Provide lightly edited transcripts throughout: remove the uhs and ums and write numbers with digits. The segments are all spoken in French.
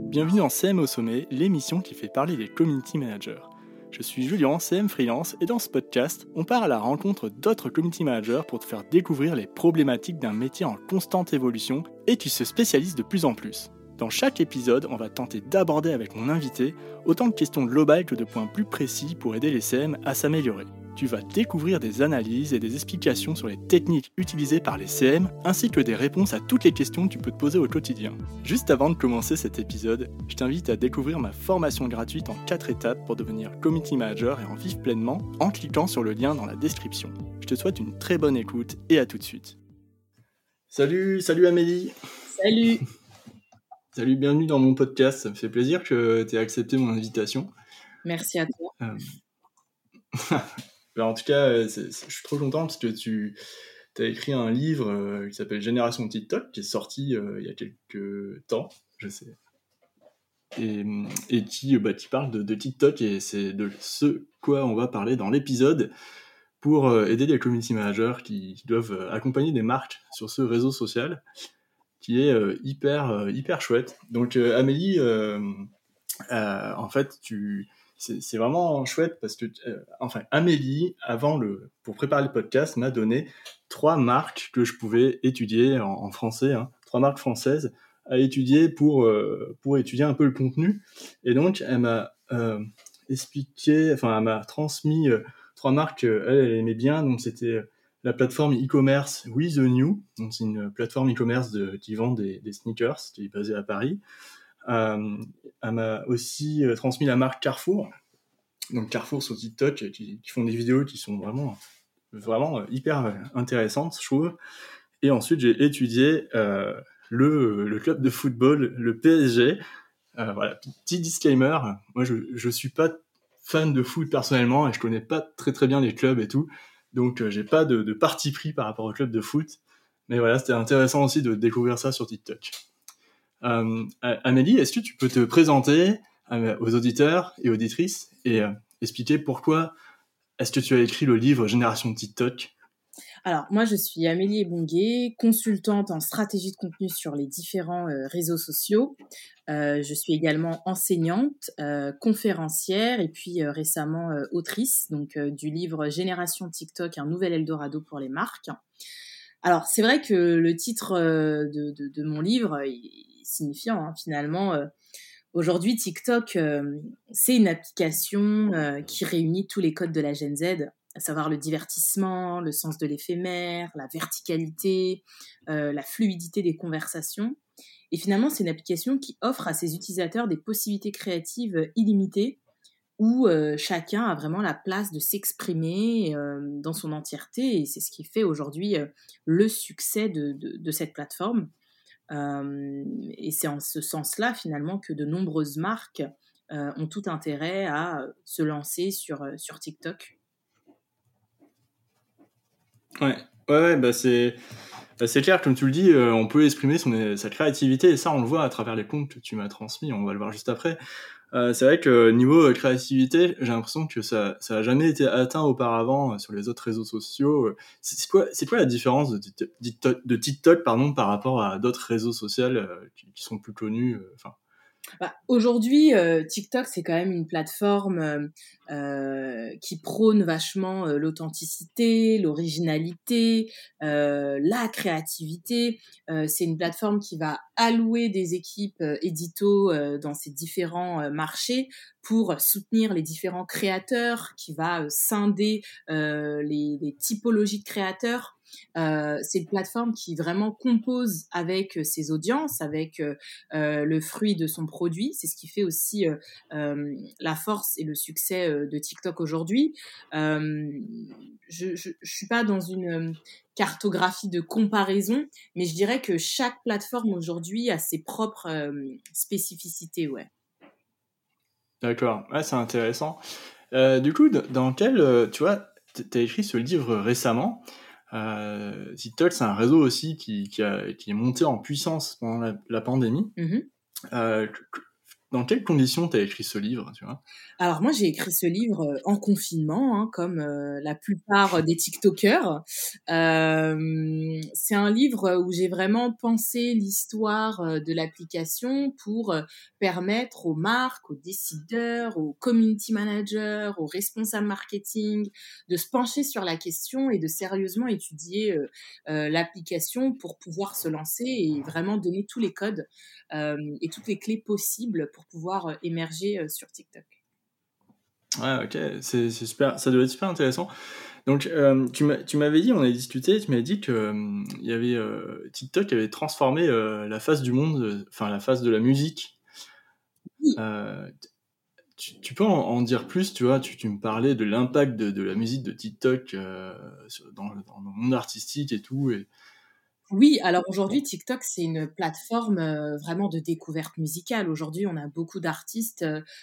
Bienvenue dans CM au sommet, l'émission qui fait parler des community managers. Je suis Julien, CM Freelance, et dans ce podcast, on part à la rencontre d'autres community managers pour te faire découvrir les problématiques d'un métier en constante évolution et qui se spécialise de plus en plus. Dans chaque épisode, on va tenter d'aborder avec mon invité autant de questions globales que de points plus précis pour aider les CM à s'améliorer. Tu vas découvrir des analyses et des explications sur les techniques utilisées par les CM, ainsi que des réponses à toutes les questions que tu peux te poser au quotidien. Juste avant de commencer cet épisode, je t'invite à découvrir ma formation gratuite en 4 étapes pour devenir community manager et en vivre pleinement en cliquant sur le lien dans la description. Je te souhaite une très bonne écoute et à tout de suite. Salut Amélie. Salut. Salut, bienvenue dans mon podcast. Ça me fait plaisir que tu aies accepté mon invitation. Merci à toi. En tout cas, je suis trop content parce que tu as écrit un livre qui s'appelle Génération TikTok, qui est sorti il y a quelques temps, je sais, et qui parle de TikTok, et c'est de ce quoi on va parler dans l'épisode pour aider les community managers qui doivent accompagner des marques sur ce réseau social qui est hyper chouette. Donc Amélie, en fait, c'est vraiment chouette parce que Amélie, pour préparer le podcast, m'a donné 3 marques que je pouvais étudier en français, 3 marques françaises à étudier pour étudier un peu le contenu. Et donc elle m'a elle m'a transmis 3 marques qu'elle aimait bien. Donc c'était la plateforme e-commerce We The New. Donc c'est une plateforme e-commerce qui vend des sneakers, qui est basée à Paris. Elle m'a aussi transmis la marque Carrefour. Donc Carrefour sur TikTok, qui font des vidéos qui sont vraiment hyper intéressantes, je trouve. Et ensuite, j'ai étudié le club de football, le PSG. Voilà, petit disclaimer, moi je suis pas fan de foot personnellement et je connais pas très bien les clubs et tout. Donc j'ai pas de parti pris par rapport au club de foot. Mais voilà, c'était intéressant aussi de découvrir ça sur TikTok. Amélie, est-ce que tu peux te présenter aux auditeurs et auditrices et expliquer pourquoi est-ce que tu as écrit le livre Génération TikTok ? Alors, moi, je suis Amélie Ebongué, consultante en stratégie de contenu sur les différents réseaux sociaux. Je suis également enseignante, conférencière et puis récemment autrice du livre Génération TikTok, un nouvel Eldorado pour les marques. Alors, c'est vrai que le titre de mon livre est signifiant, finalement. Aujourd'hui, TikTok, c'est une application qui réunit tous les codes de la Gen Z, à savoir le divertissement, le sens de l'éphémère, la verticalité, la fluidité des conversations. Et finalement, c'est une application qui offre à ses utilisateurs des possibilités créatives illimitées, où chacun a vraiment la place de s'exprimer dans son entièreté. Et c'est ce qui fait aujourd'hui le succès de cette plateforme. Et c'est en ce sens-là, finalement, que de nombreuses marques ont tout intérêt à se lancer sur TikTok. Ouais, c'est clair, comme tu le dis, on peut exprimer sa créativité, et ça, on le voit à travers les comptes que tu m'as transmis, on va le voir juste après. C'est vrai que niveau créativité, j'ai l'impression que ça a jamais été atteint auparavant sur les autres réseaux sociaux. C'est quoi la différence de TikTok par rapport à d'autres réseaux sociaux qui sont plus connus Aujourd'hui, TikTok, c'est quand même une plateforme qui prône vachement l'authenticité, l'originalité, la créativité. C'est une plateforme qui va allouer des équipes édito dans ses différents marchés pour soutenir les différents créateurs, qui va scinder les typologies de créateurs. C'est une plateforme qui vraiment compose avec ses audiences, avec le fruit de son produit. C'est ce qui fait aussi la force et le succès de TikTok aujourd'hui. Je suis pas dans une cartographie de comparaison, mais je dirais que chaque plateforme aujourd'hui a ses propres spécificités, ouais. D'accord, ouais, c'est intéressant. Du coup, dans quel... tu vois, t'as écrit ce livre récemment. TikTok, c'est un réseau aussi qui est monté en puissance pendant la pandémie. Mm-hmm. dans quelles conditions tu as écrit ce livre, tu vois? Alors moi, j'ai écrit ce livre en confinement, hein, comme la plupart des TikTokers. C'est un livre où j'ai vraiment pensé l'histoire de l'application pour permettre aux marques, aux décideurs, aux community managers, aux responsables marketing de se pencher sur la question et de sérieusement étudier l'application pour pouvoir se lancer et vraiment donner tous les codes et toutes les clés possibles pour pouvoir émerger sur TikTok. Ouais, OK, c'est super, ça doit être super intéressant. Donc, tu m'avais dit, on a discuté, tu m'avais dit que, il y avait, TikTok avait transformé, la face du monde, enfin la face de la musique. Oui, Heu, tu peux en dire plus, tu vois? Tu me parlais de l'impact de la musique de TikTok, dans le monde artistique et tout et oui, alors aujourd'hui, bon, TikTok, c'est une plateforme, vraiment de découverte musicale. Aujourd'hui, on a beaucoup d'artistes,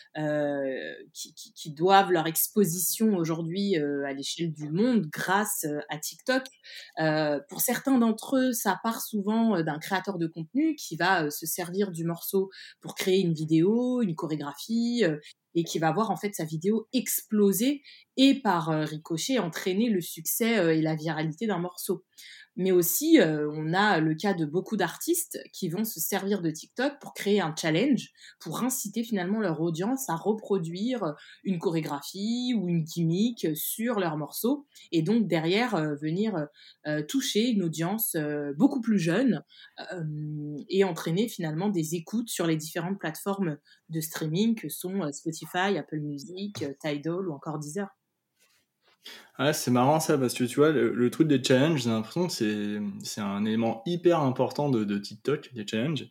qui doivent leur exposition aujourd'hui, à l'échelle du monde grâce, à TikTok. Pour certains d'entre eux, ça part souvent, d'un créateur de contenu qui va, se servir du morceau pour créer une vidéo, une chorégraphie, et qui va voir en fait sa vidéo exploser et par, ricochet entraîner le succès, et la viralité d'un morceau. Mais aussi, on a le cas de beaucoup d'artistes qui vont se servir de TikTok pour créer un challenge, pour inciter finalement leur audience à reproduire une chorégraphie ou une gimmick sur leur morceau et donc derrière, venir, toucher une audience, beaucoup plus jeune, et entraîner finalement des écoutes sur les différentes plateformes de streaming que sont, Spotify, Apple Music, Tidal ou encore Deezer. ouais, c'est marrant ça parce que tu vois, le truc des challenges, j'ai l'impression que c'est un élément hyper important de TikTok, les challenges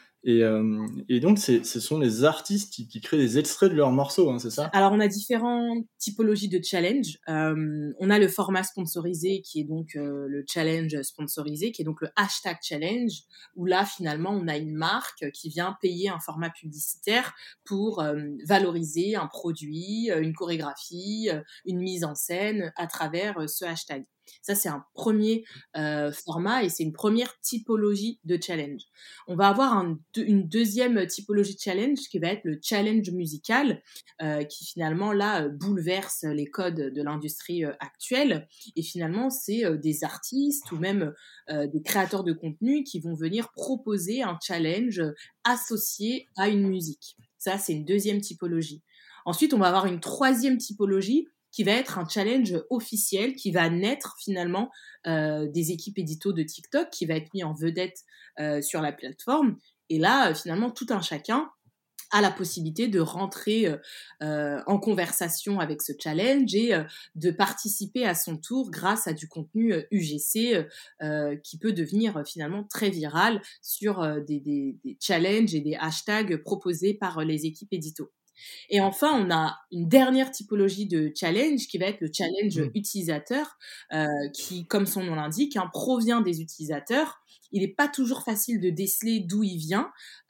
et donc ce sont les artistes qui créent des extraits de leurs morceaux, hein, c'est ça? Alors, on a différentes typologies de challenge. On a le format sponsorisé qui est donc le challenge sponsorisé, qui est donc le hashtag challenge, où là, finalement, on a une marque qui vient payer un format publicitaire pour valoriser un produit, une chorégraphie, une mise en scène à travers ce hashtag. Ça, c'est un premier format et c'est une première typologie de challenge. On va avoir une deuxième typologie de challenge qui va être le challenge musical, qui finalement là bouleverse les codes de l'industrie actuelle. Et finalement, c'est des artistes ou même des créateurs de contenu qui vont venir proposer un challenge associé à une musique. Ça, c'est une deuxième typologie. Ensuite, on va avoir une troisième typologie qui va être un challenge officiel qui va naître finalement des équipes édito de TikTok, qui va être mis en vedette sur la plateforme. Et là, finalement, tout un chacun a la possibilité de rentrer en conversation avec ce challenge et de participer à son tour grâce à du contenu UGC qui peut devenir finalement très viral sur des challenges et des hashtags proposés par les équipes édito. Et enfin, on a une dernière typologie de challenge qui va être le challenge Mmh. utilisateur, qui, comme son nom l'indique, hein, provient des utilisateurs. Il n'est pas toujours facile de déceler d'où il vient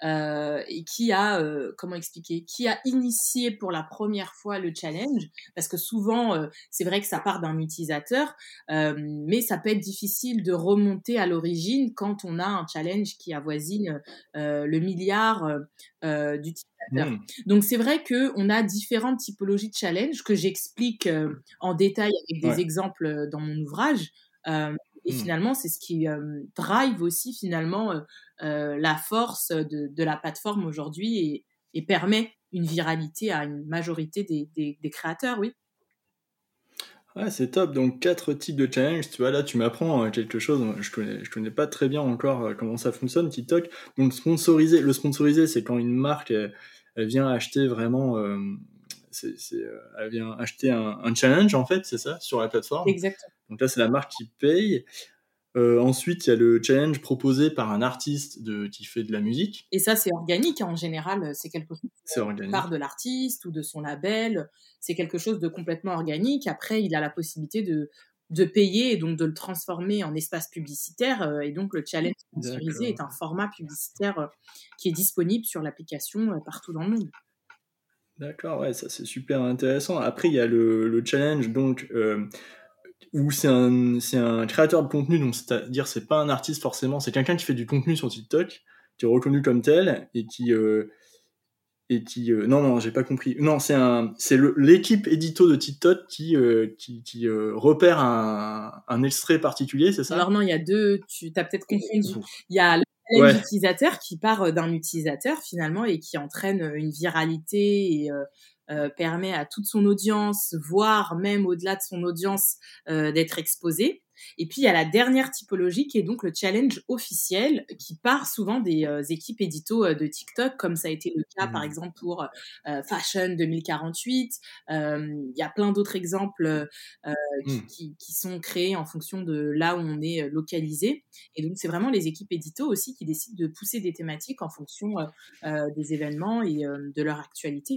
et qui a, comment expliquer, qui a initié pour la première fois le challenge, parce que souvent, c'est vrai que ça part d'un utilisateur, mais ça peut être difficile de remonter à l'origine quand on a un challenge qui avoisine le milliard d'utilisateurs. Mmh. Donc c'est vrai qu'on a différentes typologies de challenge que j'explique en détail avec des Ouais. exemples dans mon ouvrage. Et Mmh. finalement, c'est ce qui drive aussi finalement la force de la plateforme aujourd'hui et permet une viralité à une majorité des créateurs, oui. Ouais, c'est top. Donc 4 types de challenges, tu vois? Là, tu m'apprends, quelque chose. Moi, je connais pas très bien encore, comment ça fonctionne TikTok. Donc le sponsorisé, c'est quand une marque, elle vient acheter vraiment, elle vient acheter un challenge, en fait, c'est ça? Sur la plateforme. Exactement. Donc là, c'est la marque qui paye. Ensuite, il y a le challenge proposé par un artiste qui fait de la musique. Et ça, c'est organique, hein, en général, c'est quelque chose C'est qui part organique. de l'artiste ou de son label. C'est quelque chose de complètement organique. Après, il a la possibilité de payer et donc de le transformer en espace publicitaire. Et donc, le challenge sponsorisé est un D'accord. format publicitaire qui est disponible sur l'application partout dans le monde. D'accord, ouais, ça, c'est super intéressant. Après, il y a le challenge, donc, où c'est un créateur de contenu, donc c'est-à-dire c'est pas un artiste forcément, c'est quelqu'un qui fait du contenu sur TikTok, qui est reconnu comme tel et et qui non, j'ai pas compris. Non, c'est l'équipe édito de TikTok qui repère un extrait particulier, c'est Alors ça? non, il y a deux, tu as peut-être confondu. Il y a le challenge Ouais. utilisateur qui part d'un utilisateur finalement et qui entraîne une viralité et permet à toute son audience, voire même au-delà de son audience, d'être exposée. Et puis il y a la dernière typologie qui est donc le challenge officiel qui part souvent des équipes édito de TikTok, comme ça a été le cas par Mmh. exemple pour Fashion 2048. Il y a plein d'autres exemples Mmh. qui sont créés en fonction de là où on est localisé. Et donc, c'est vraiment les équipes édito aussi qui décident de pousser des thématiques en fonction des événements et de leur actualité.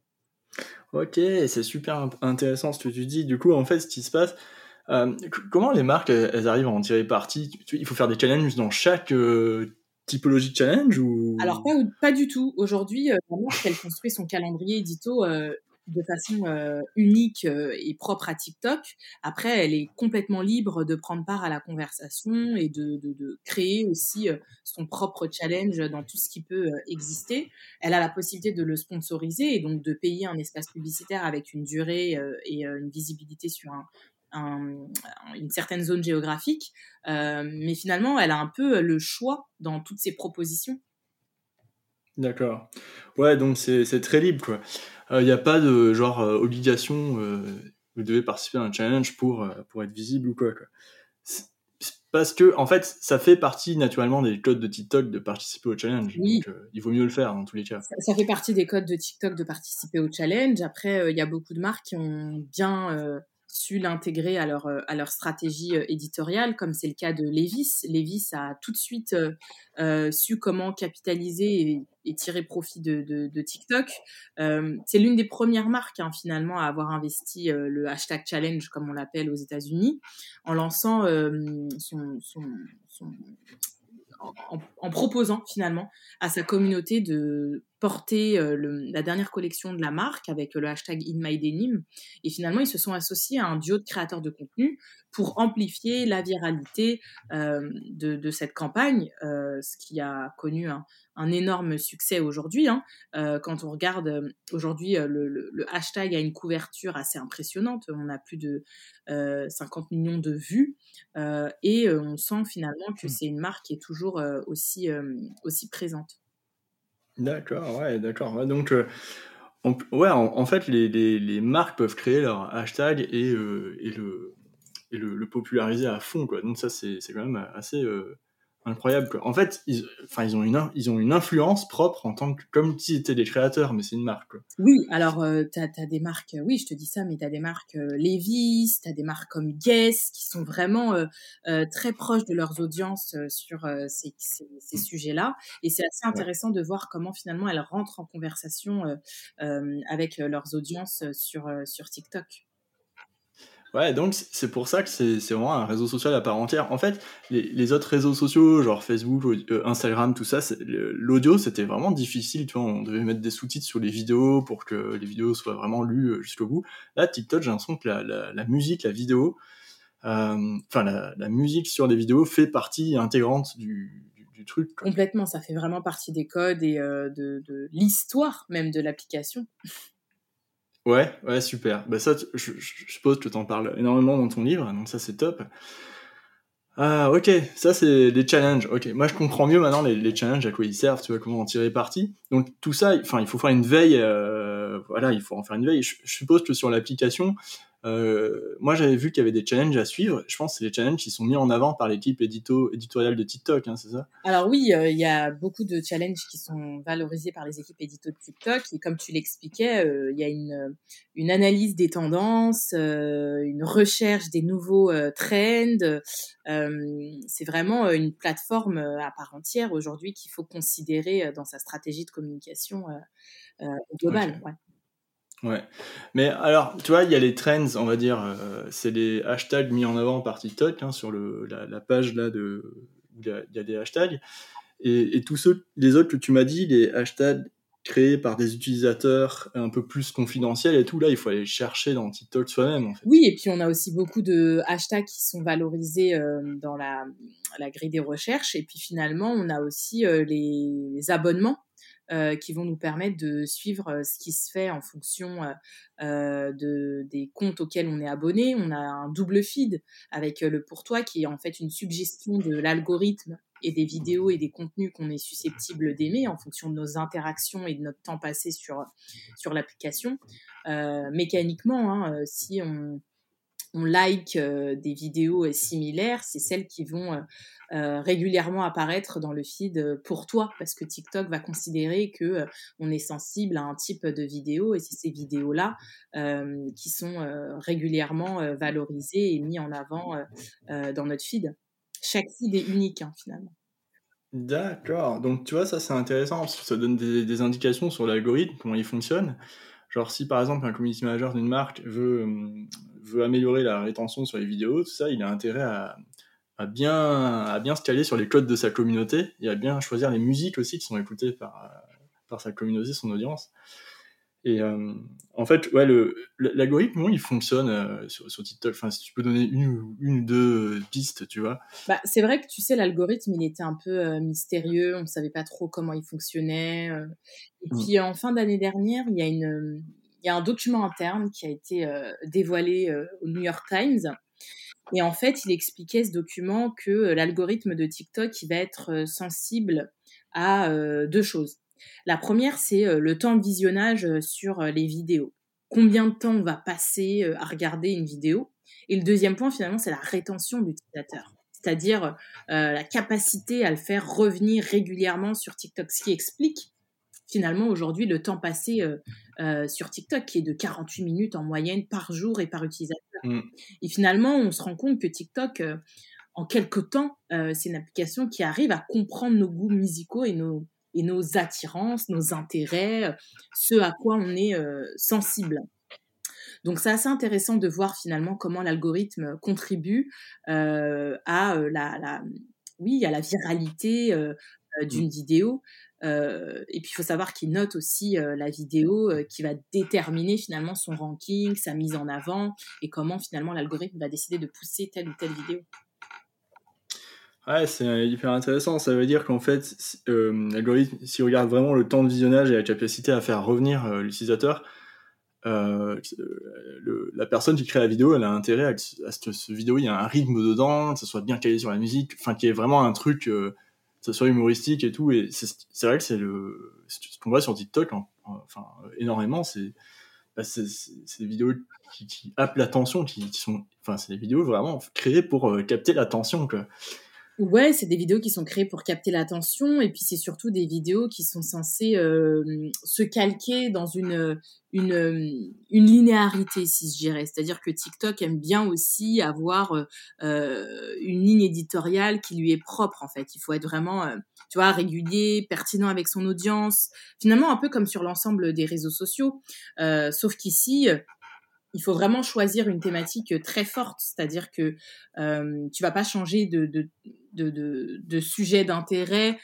OK, c'est super intéressant ce que tu dis. Du coup, en fait, ce qui se passe, comment les marques, elles arrivent à en tirer parti? Il faut faire des challenges dans chaque typologie de challenge Alors, ou... pas du tout. Aujourd'hui, la marque, elle construit son calendrier édito de façon unique et propre à TikTok. Après, elle est complètement libre de prendre part à la conversation et de créer aussi son propre challenge dans tout ce qui peut exister. Elle a la possibilité de le sponsoriser et donc de payer un espace publicitaire avec une durée et une visibilité sur un- une certaine zone géographique. Mais finalement, elle a un peu le choix dans toutes ses propositions. D'accord. Ouais, donc c'est très libre, quoi. Il y a pas de genre, obligation, vous devez participer à un challenge pour être visible ou quoi. C'est parce que en fait, ça fait partie naturellement des codes de TikTok de participer au challenge, Oui, donc il vaut mieux le faire dans tous les cas. ça fait partie des codes de TikTok de participer au challenge. Après, il y a beaucoup de marques qui ont bien su l'intégrer à leur stratégie éditoriale, comme c'est le cas de Levi's. Levi's a tout de suite su comment capitaliser et tirer profit de TikTok. C'est l'une des premières marques hein, finalement à avoir investi le hashtag challenge, comme on l'appelle aux États-Unis, en lançant son en proposant finalement à sa communauté de porter la dernière collection de la marque avec le hashtag InMyDenim. Et finalement, ils se sont associés à un duo de créateurs de contenu pour amplifier la viralité de cette campagne, ce qui a connu un énorme succès aujourd'hui. Hein. Quand on regarde aujourd'hui, le hashtag a une couverture assez impressionnante. On a plus de 50 millions de vues. Et on sent finalement que Mmh. c'est une marque qui est toujours aussi présente. D'accord, ouais, d'accord. Ouais, donc en fait, les marques peuvent créer leur hashtag et le populariser à fond, quoi. Donc ça, c'est quand même assez incroyable, quoi. En fait, ils ont une influence propre en tant que, comme s'ils étaient des créateurs, mais c'est une marque, quoi. Oui, alors t'as des marques, oui, je te dis ça, mais t'as des marques Levi's, t'as des marques comme Guess qui sont vraiment très proches de leurs audiences sur ces sujets-là. Et c'est assez Ouais. intéressant de voir comment finalement elles rentrent en conversation avec leurs audiences sur TikTok. Ouais, donc c'est pour ça que c'est vraiment un réseau social à part entière. En fait, les autres réseaux sociaux, genre Facebook, Instagram, tout ça, l'audio, c'était vraiment difficile, tu vois, on devait mettre des sous-titres sur les vidéos pour que les vidéos soient vraiment lues jusqu'au bout. Là, TikTok, j'ai l'impression que la musique, la vidéo, enfin la musique sur les vidéos fait partie intégrante du truc, quoi. Complètement, ça fait vraiment partie des codes et de l'histoire même de l'application. Ouais, ouais, super. Bah ça, je suppose que tu en parles énormément dans ton livre, donc ça c'est top. Ah, ok, ça c'est des challenges. Ok, moi je comprends mieux maintenant les challenges, à quoi ils servent, tu vois, comment en tirer parti. Donc tout ça, enfin, il faut faire une veille, voilà, il faut en faire une veille. Je suppose que sur l'application, moi j'avais vu qu'il y avait des challenges à suivre. Je pense que c'est les challenges qui sont mis en avant par l'équipe éditoriale de TikTok, hein, c'est ça? Alors oui, il y a beaucoup de challenges qui sont valorisés par les équipes édito de TikTok et comme tu l'expliquais, il y a une analyse des tendances, une recherche des nouveaux trends. C'est vraiment une plateforme à part entière aujourd'hui qu'il faut considérer dans sa stratégie de communication Ok. globale. Ouais. Ouais. Mais alors, tu vois, il y a les trends, on va dire, c'est les hashtags mis en avant par TikTok, hein, sur la page là où il y a des hashtags. Et tous les autres que tu m'as dit, les hashtags créés par des utilisateurs un peu plus confidentiels et tout, là, il faut aller chercher dans TikTok soi-même, en fait. Oui, et puis on a aussi beaucoup de hashtags qui sont valorisés dans la grille des recherches. Et puis finalement, on a aussi les abonnements. qui vont nous permettre de suivre ce qui se fait en fonction des comptes auxquels on est abonné. On a un double feed avec le pour toi qui est en fait une suggestion de l'algorithme et des vidéos et des contenus qu'on est susceptible d'aimer en fonction de nos interactions et de notre temps passé sur l'application. Mécaniquement, hein, si on like des vidéos similaires, c'est celles qui vont régulièrement apparaître dans le feed pour toi, parce que TikTok va considérer que on est sensible à un type de vidéo, et c'est ces vidéos-là qui sont régulièrement valorisées et mis en avant dans notre feed. Chaque feed est unique, hein, finalement. D'accord. Donc, tu vois, ça, c'est intéressant parce que ça donne des indications sur l'algorithme, comment il fonctionne. Genre, si par exemple un community manager d'une marque veut améliorer la rétention sur les vidéos, tout ça, il a intérêt à bien se caler sur les codes de sa communauté et à bien choisir les musiques aussi qui sont écoutées par sa communauté, son audience. Et en fait, ouais, l'algorithme, comment il fonctionne sur TikTok? Enfin, si tu peux donner une ou deux pistes, tu vois. Bah, c'est vrai que tu sais, l'algorithme, il était un peu mystérieux, on ne savait pas trop comment il fonctionnait. Et Mm. puis en fin d'année dernière, il y a un document interne qui a été dévoilé au New York Times. Et en fait, il expliquait ce document que l'algorithme de TikTok, il va être sensible à deux choses. La première, c'est le temps de visionnage sur les vidéos. Combien de temps on va passer à regarder une vidéo? Et le deuxième point, finalement, c'est la rétention de l'utilisateur. C'est-à-dire la capacité à le faire revenir régulièrement sur TikTok. Ce qui explique finalement aujourd'hui le temps passé sur TikTok, qui est de 48 minutes en moyenne par jour et par utilisateur. Mm. Et finalement, on se rend compte que TikTok, en quelque temps, c'est une application qui arrive à comprendre nos goûts musicaux et nos attirances, nos intérêts, ce à quoi on est sensible. Donc c'est assez intéressant de voir finalement comment l'algorithme contribue oui, à la viralité d'une Mm. vidéo. Et puis il faut savoir qu'il note aussi la vidéo qui va déterminer finalement son ranking, sa mise en avant et comment finalement l'algorithme va décider de pousser telle ou telle vidéo. Ouais, c'est hyper intéressant. Ça veut dire qu'en fait, l'algorithme, s'il regarde vraiment le temps de visionnage et la capacité à faire revenir l'utilisateur, la personne qui crée la vidéo, elle a intérêt à ce que ce vidéo, il y a un rythme dedans, que ça soit bien calé sur la musique, enfin qu'il y ait vraiment un truc, que ça soit humoristique et tout. Et c'est vrai que c'est ce qu'on voit sur TikTok, enfin énormément, c'est des vidéos qui happent l'attention, enfin c'est des vidéos vraiment créées pour capter l'attention, quoi. Ouais, c'est des vidéos qui sont créées pour capter l'attention et puis c'est surtout des vidéos qui sont censées se calquer dans une linéarité, si je dirais. C'est-à-dire que TikTok aime bien aussi avoir une ligne éditoriale qui lui est propre, en fait. Il faut être vraiment, tu vois, régulier, pertinent avec son audience. Finalement, un peu comme sur l'ensemble des réseaux sociaux. Sauf qu'ici, il faut vraiment choisir une thématique très forte, c'est-à-dire que tu vas pas changer de sujet d'intérêt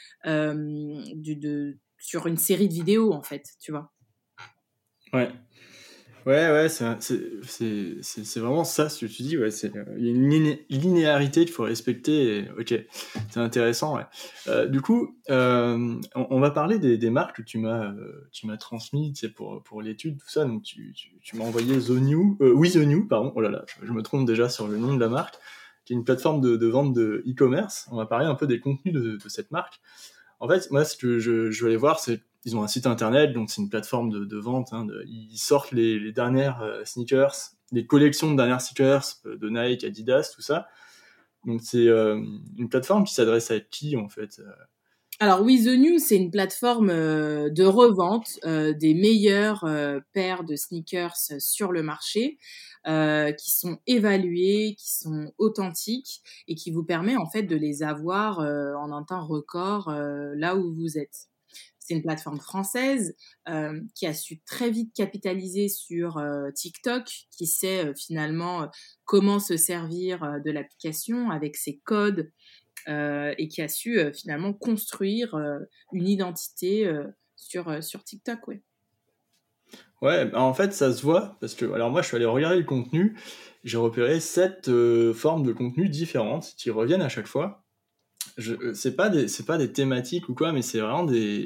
sur une série de vidéos, en fait, tu vois. Ouais. Ouais, c'est vraiment ça ce que tu dis. Ouais, il y a une linéarité qu'il faut respecter. Ok, c'est intéressant. Ouais. Du coup, on va parler des marques que tu m'as transmis, tu sais, pour l'étude, tout ça. Donc, tu m'as envoyé The New, oui, The New, pardon. Oh là là, je me trompe déjà sur le nom de la marque, qui est une plateforme de vente de e-commerce. On va parler un peu des contenus de cette marque. En fait, moi, ce que je veux aller voir, c'est ils ont un site internet, donc c'est une plateforme de vente. Ils sortent les dernières sneakers, les collections de dernières sneakers de Nike, Adidas, tout ça. Donc c'est une plateforme qui s'adresse à qui, en fait? Alors oui, The New, c'est une plateforme de revente des meilleures paires de sneakers sur le marché, qui sont évaluées, qui sont authentiques et qui vous permet en fait de les avoir en un temps record là où vous êtes. C'est une plateforme française qui a su très vite capitaliser sur TikTok, qui sait finalement comment se servir de l'application avec ses codes et qui a su finalement construire une identité sur TikTok, ouais. Ouais, bah, en fait, ça se voit, parce que, alors moi, je suis allé regarder le contenu, j'ai repéré 7 formes de contenu différentes qui reviennent à chaque fois. C'est pas des thématiques ou quoi, mais c'est vraiment des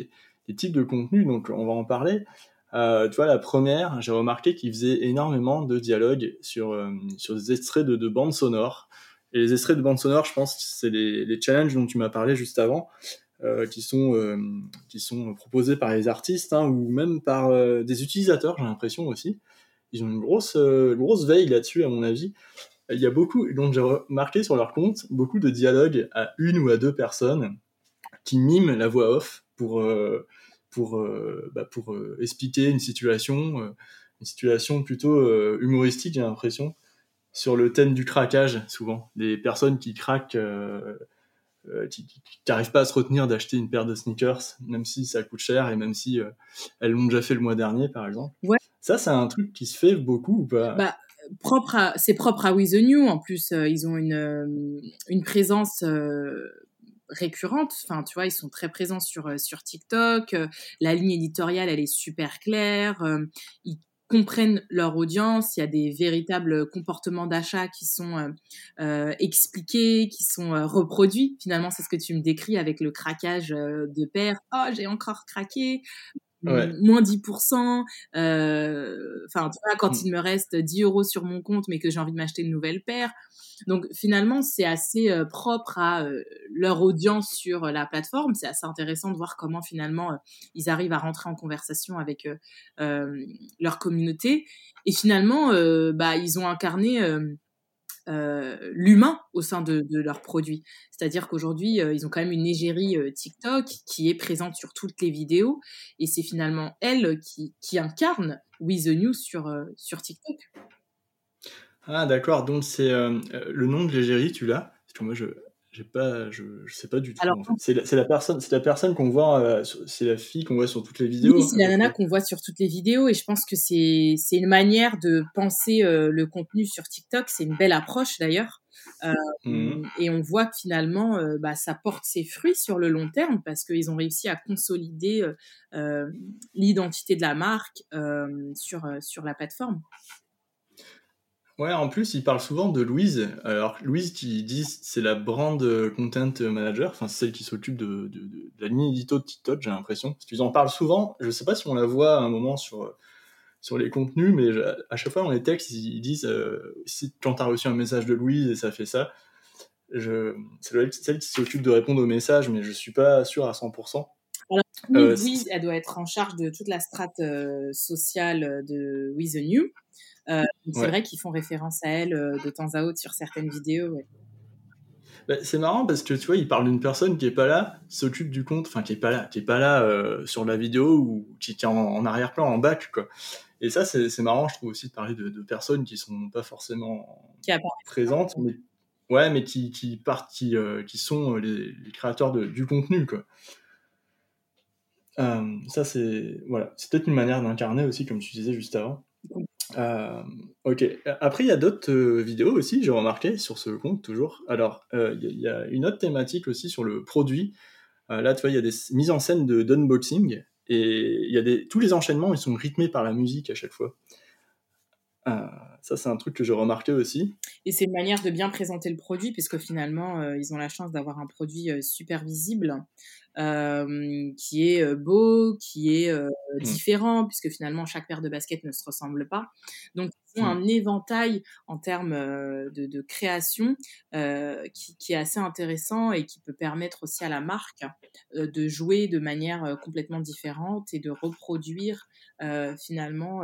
types de contenus, donc on va en parler. Tu vois, la première, j'ai remarqué qu'ils faisaient énormément de dialogues sur des extraits de bandes sonores. Et les extraits de bandes sonores, je pense, c'est les challenges dont tu m'as parlé juste avant, qui sont proposés par les artistes, hein, ou même par des utilisateurs, j'ai l'impression aussi. Ils ont une grosse veille là-dessus, à mon avis. Il y a beaucoup, donc j'ai remarqué sur leur compte, beaucoup de dialogues à une ou à deux personnes qui miment la voix off pour expliquer une situation plutôt humoristique, j'ai l'impression, sur le thème du craquage, souvent. Des personnes qui craquent, qui n'arrivent pas à se retenir d'acheter une paire de sneakers, même si ça coûte cher et même si elles l'ont déjà fait le mois dernier, par exemple. Ouais. Ça, c'est un truc qui se fait beaucoup ou pas? Bah, c'est propre à With the New. En plus, ils ont une présence récurrente. Enfin, tu vois, ils sont très présents sur TikTok. La ligne éditoriale, elle est super claire. Ils comprennent leur audience. Il y a des véritables comportements d'achat qui sont expliqués, qui sont reproduits. Finalement, c'est ce que tu me décris avec le craquage de paires. Oh, j'ai encore craqué. Ouais. Moins 10%. Enfin, tu vois, quand Mm. il me reste 10 € sur mon compte, mais que j'ai envie de m'acheter une nouvelle paire. Donc, finalement, c'est assez propre à leur audience sur la plateforme. C'est assez intéressant de voir comment, finalement, ils arrivent à rentrer en conversation avec leur communauté. Et finalement, ils ont incarné l'humain au sein de leurs produits. C'est-à-dire qu'aujourd'hui, ils ont quand même une égérie TikTok qui est présente sur toutes les vidéos, et c'est finalement elle qui incarne With the News sur TikTok. Ah d'accord, donc c'est le nom de l'égérie, tu l'as? Parce que moi je sais pas du tout Alors, en fait. C'est la personne qu'on voit, c'est la fille qu'on voit sur toutes les oui, vidéos c'est à la peu nana près. qu'on voit sur toutes les vidéos, et je pense que c'est une manière de penser le contenu sur TikTok. C'est une belle approche d'ailleurs. Euh, Mhm. et on voit que finalement, ça porte ses fruits sur le long terme, parce qu'ils ont réussi à consolider l'identité de la marque sur la plateforme. Ouais, en plus, ils parlent souvent de Louise. Alors, Louise, qui disent, c'est la brand content manager, enfin, c'est celle qui s'occupe de la ligne édito de TikTok, j'ai l'impression. Parce qu'ils en parlent souvent. Je sais pas si on la voit à un moment sur les contenus, mais à chaque fois dans les textes, ils disent si, quand tu as reçu un message de Louise et ça fait ça, ça doit être celle qui s'occupe de répondre aux messages, mais je suis pas sûr à 100%. Alors, Euh, oui, elle doit être en charge de toute la strate sociale de With the New. Donc c'est ouais. vrai qu'ils font référence à elle de temps à autre sur certaines vidéos. Ouais. Bah, c'est marrant parce que tu vois, il parle d'une personne qui est pas là, qui s'occupe du compte, enfin qui est pas là sur la vidéo ou qui est en arrière-plan, en back, quoi. Et ça, c'est marrant, je trouve aussi de parler de personnes qui sont pas forcément Qui apparaît. présentes, mais ouais, mais qui sont les créateurs du contenu, quoi. Ça, c'est voilà, c'est peut-être une manière d'incarner aussi, comme tu disais juste avant. Euh, ok. Après, il y a d'autres vidéos aussi, j'ai remarqué, sur ce compte toujours. Alors, il y a une autre thématique aussi sur le produit. Là, tu vois, il y a des mises en scène d'unboxing et il y a tous les enchaînements, ils sont rythmés par la musique à chaque fois. Euh, Ça, c'est un truc que j'ai remarqué aussi. Et c'est une manière de bien présenter le produit, puisque finalement, ils ont la chance d'avoir un produit super visible, qui est beau, qui est Mm. différent, puisque finalement, chaque paire de baskets ne se ressemble pas. Donc, ils ont Mm. un éventail en termes de création qui est assez intéressant, et qui peut permettre aussi à la marque de jouer de manière complètement différente et de reproduire finalement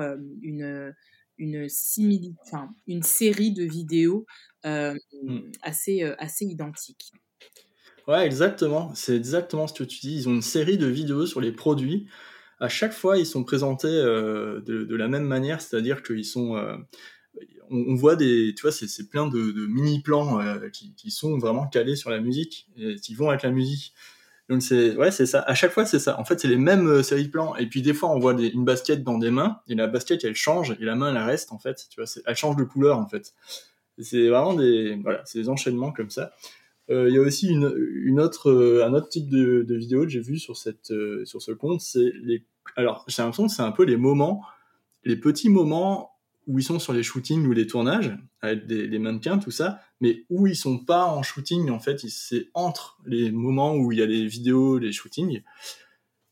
une série de vidéos euh, Mm. assez identiques. Ouais, exactement. C'est exactement ce que tu dis. Ils ont une série de vidéos sur les produits. À chaque fois, ils sont présentés de la même manière, c'est-à-dire qu'ils sont on voit tu vois, c'est plein de mini-plans qui sont vraiment calés sur la musique et qui vont avec la musique. Donc c'est ça. À chaque fois, c'est ça. En fait, c'est les mêmes séries de plans. Et puis des fois, on voit une basket dans des mains et la basket, elle change et la main, elle reste en fait. Tu vois, elle change de couleur en fait. C'est vraiment c'est des enchaînements comme ça. Il y a aussi un autre type de vidéo que j'ai vu sur ce compte. Alors, j'ai l'impression que c'est un peu les petits moments où ils sont sur les shootings ou les tournages, avec les mannequins, tout ça, mais où ils sont pas en shooting, en fait, c'est entre les moments où il y a les vidéos, les shootings,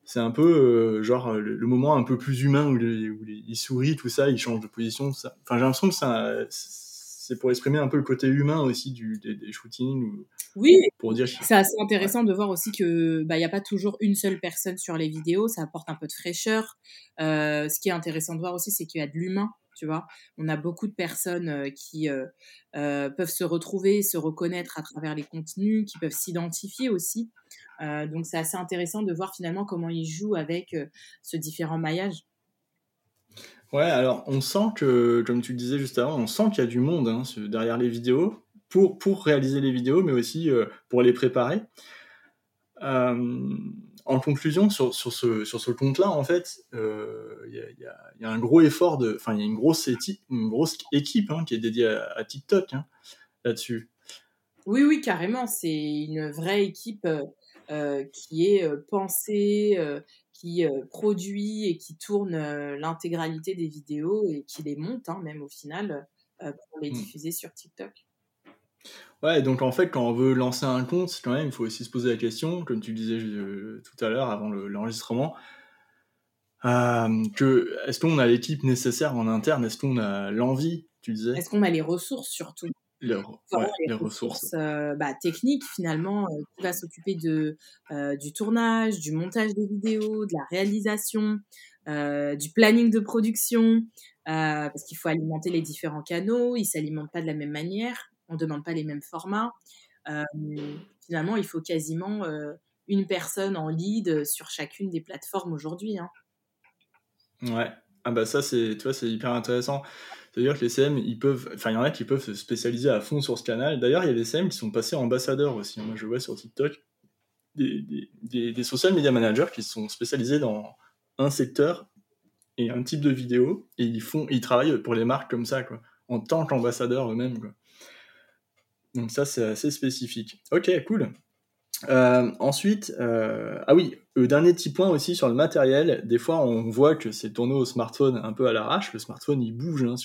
C'est un peu genre le moment un peu plus humain où il sourit, tout ça, il change de position. Ça. Enfin, j'ai l'impression que c'est pour exprimer un peu le côté humain aussi des shootings, ou Oui, pour dire. c'est assez Ouais. intéressant de voir aussi que bah, y a pas toujours une seule personne sur les vidéos, ça apporte un peu de fraîcheur. Ce qui est intéressant de voir aussi, c'est qu'il y a de l'humain, tu vois. On a beaucoup de personnes qui peuvent se retrouver, se reconnaître à travers les contenus, qui peuvent s'identifier aussi. Donc c'est assez intéressant de voir finalement comment ils jouent avec ce différent maillage. Ouais, alors on sent que, comme tu le disais juste avant, on sent qu'il y a du monde hein, derrière les vidéos pour réaliser les vidéos, mais aussi pour les préparer. Euh, En conclusion, sur ce compte-là, en fait, il y a un gros effort enfin, il y a une grosse équipe hein, qui est dédiée à TikTok hein, là-dessus. Oui, oui, carrément. C'est une vraie équipe qui est pensée, qui produit et qui tourne l'intégralité des vidéos et qui les monte, hein, même au final, pour les Mm. diffuser sur TikTok. Ouais, donc en fait, quand on veut lancer un compte, quand même, il faut aussi se poser la question, comme tu le disais tout à l'heure avant l'enregistrement, est-ce qu'on a l'équipe nécessaire en interne? Est-ce qu'on a l'envie, tu disais? Est-ce qu'on a les ressources surtout? Faut avoir Ouais, les les ressources. ressources bah, techniques finalement, qui va s'occuper du tournage, du montage des vidéos, de la réalisation, du planning de production, parce qu'il faut alimenter les différents canaux, ils s'alimentent pas de la même manière, on demande pas les mêmes formats. Finalement, il faut quasiment, une personne en lead, sur chacune des plateformes aujourd'hui, hein. Ouais. Ah bah ça, tu vois, c'est hyper intéressant. C'est-à-dire que les CM, enfin, il y en a qui peuvent se spécialiser à fond sur ce canal. D'ailleurs, il y a des CM qui sont passés ambassadeurs aussi. Moi, je vois sur TikTok des social media managers qui sont spécialisés dans un secteur et un type de vidéo, et ils travaillent pour les marques comme ça, quoi, en tant qu'ambassadeurs eux-mêmes, quoi. Donc ça, c'est assez spécifique. Ok, cool. Ensuite, ah oui, le dernier petit point aussi sur le matériel. Des fois, on voit que c'est tourné au smartphone un peu à l'arrache. Le smartphone, il bouge hein,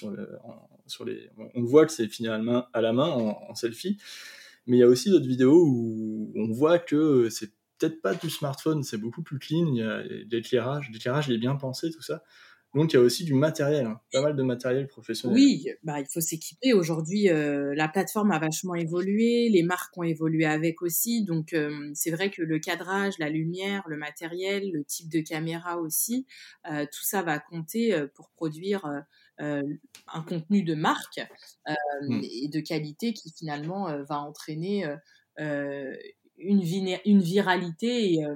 on voit que c'est finalement à la main en selfie. Mais il y a aussi d'autres vidéos où on voit que c'est peut-être pas du smartphone, c'est beaucoup plus clean. Il y a de l'éclairage. L'éclairage, il est bien pensé, tout ça. Donc, il y a aussi du matériel, hein, pas mal de matériel professionnel. Oui, bah, il faut s'équiper. Aujourd'hui, la plateforme a vachement évolué, les marques ont évolué avec aussi. Donc, c'est vrai que le cadrage, la lumière, le matériel, le type de caméra aussi, tout ça va compter pour produire un contenu de marque Hmm. et de qualité qui finalement va entraîner euh, une viralité et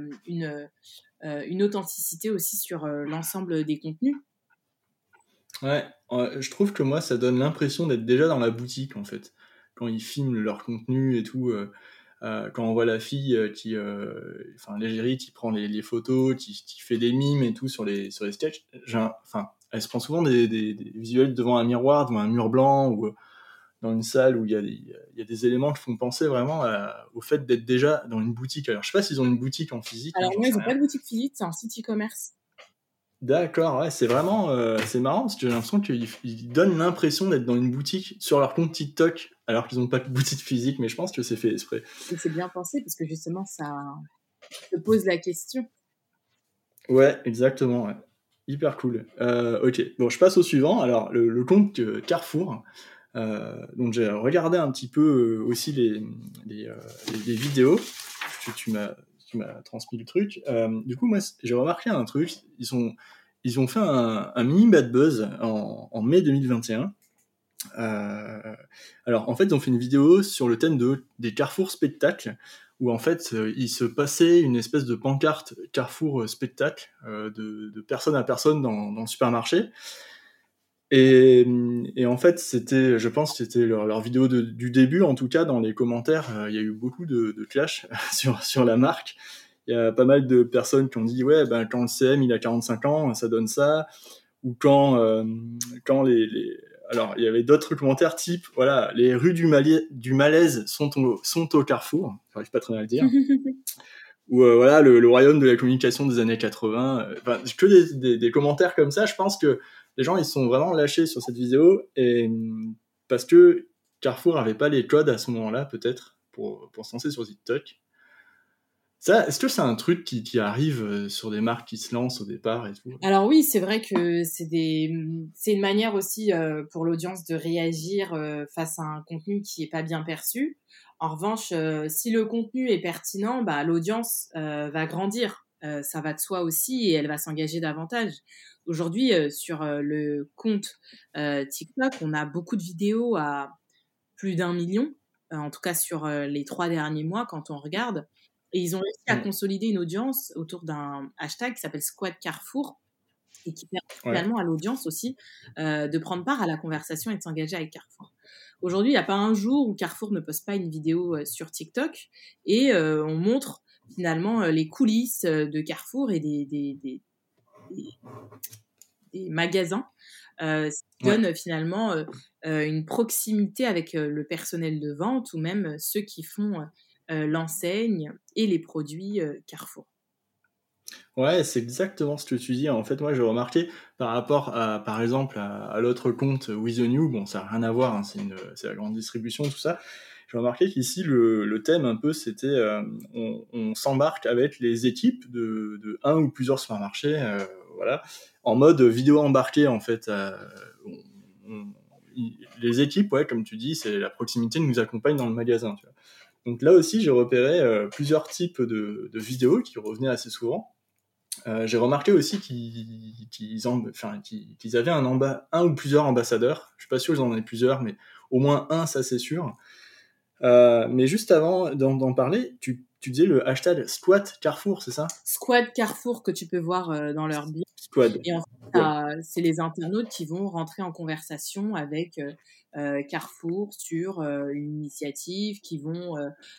une authenticité aussi sur l'ensemble des contenus. Ouais, je trouve que moi, ça donne l'impression d'être déjà dans la boutique, en fait. Quand ils filment leur contenu et tout, quand on voit la fille enfin, l'égérie qui prend les photos, qui fait des mimes et tout sur les sketchs, enfin, elle se prend souvent des visuels devant un miroir, devant un mur blanc, ou dans une salle où il y a des éléments qui font penser vraiment au fait d'être déjà dans une boutique. Alors, je sais pas s'ils ont une boutique en physique, hein, Alors j'en moi, ils sais n'ont pas rien. de boutique physique, c'est un site e-commerce. D'accord, ouais, c'est vraiment c'est marrant parce que j'ai l'impression qu'ils donnent l'impression d'être dans une boutique sur leur compte TikTok alors qu'ils n'ont pas de boutique physique, mais je pense que c'est fait exprès. Et c'est bien pensé parce que justement, ça te pose la question. Ouais, exactement, ouais. Hyper cool. Ok, bon, je passe au suivant. Alors, le compte Carrefour. Donc, j'ai regardé un petit peu aussi les, euh, les vidéos. Tu m'as transmis le truc. Du coup, moi, j'ai remarqué un truc. Ils ont fait un mini bad buzz en mai 2021. Alors, en fait, ils ont fait une vidéo sur le thème des carrefours spectacles, où en fait, il se passait une espèce de pancarte carrefour spectacle de personne à personne dans le supermarché. Et en fait, je pense que c'était leur vidéo du début, en tout cas, dans les commentaires, il y a eu beaucoup de clash sur la marque. Il y a pas mal de personnes qui ont dit, ouais, ben, quand le CM il a 45 ans, ça donne ça, ou quand alors il y avait d'autres commentaires type voilà les rues du malaise sont au carrefour, j'arrive pas très bien à le dire, ou voilà le royaume de la communication des années 80, enfin que des commentaires comme ça. Je pense que les gens ils sont vraiment lâchés sur cette vidéo et parce que Carrefour avait pas les codes à ce moment-là peut-être pour se lancer sur TikTok. Ça, est-ce que c'est un truc qui arrive sur des marques qui se lancent au départ et tout? Alors oui, c'est vrai que c'est une manière aussi pour l'audience de réagir face à un contenu qui est pas bien perçu. En revanche, si le contenu est pertinent, bah, l'audience va grandir. Ça va de soi aussi et elle va s'engager davantage. Aujourd'hui, sur le compte TikTok, on a beaucoup de vidéos à plus d'un million, en tout cas sur les 3 derniers mois quand on regarde. Et ils ont réussi à Mm. consolider une audience autour d'un hashtag qui s'appelle Squad Carrefour et qui permet Ouais. finalement à l'audience aussi de prendre part à la conversation et de s'engager avec Carrefour. Aujourd'hui, il n'y a pas un jour où Carrefour ne poste pas une vidéo sur TikTok et on montre finalement les coulisses de Carrefour et des magasins, ce qui Ouais. donne finalement une proximité avec le personnel de vente ou même ceux qui font l'enseigne et les produits Carrefour. Ouais, c'est exactement ce que tu dis. En fait, moi, j'ai remarqué par rapport à, par exemple, à l'autre compte With the New, bon, ça n'a rien à voir, hein, c'est la grande distribution, tout ça. J'ai remarqué qu'ici, le thème un peu, c'était on s'embarque avec les équipes de un ou plusieurs supermarchés, voilà, en mode vidéo embarquée, en fait. On- les équipes, ouais, comme tu dis, c'est la proximité nous accompagne dans le magasin, tu vois. Donc là aussi, j'ai repéré plusieurs types de vidéos qui revenaient assez souvent. J'ai remarqué aussi qu'ils avaient un ou plusieurs ambassadeurs. Je suis pas sûr qu'ils en aient plusieurs, mais au moins un, ça c'est sûr. Mais juste avant d'en parler, tu disais le hashtag Squat Carrefour, c'est ça? Squad Carrefour que tu peux voir dans leur bio. Squad. Et en fait, Ouais. c'est les internautes qui vont rentrer en conversation avec Carrefour sur une initiative, qui vont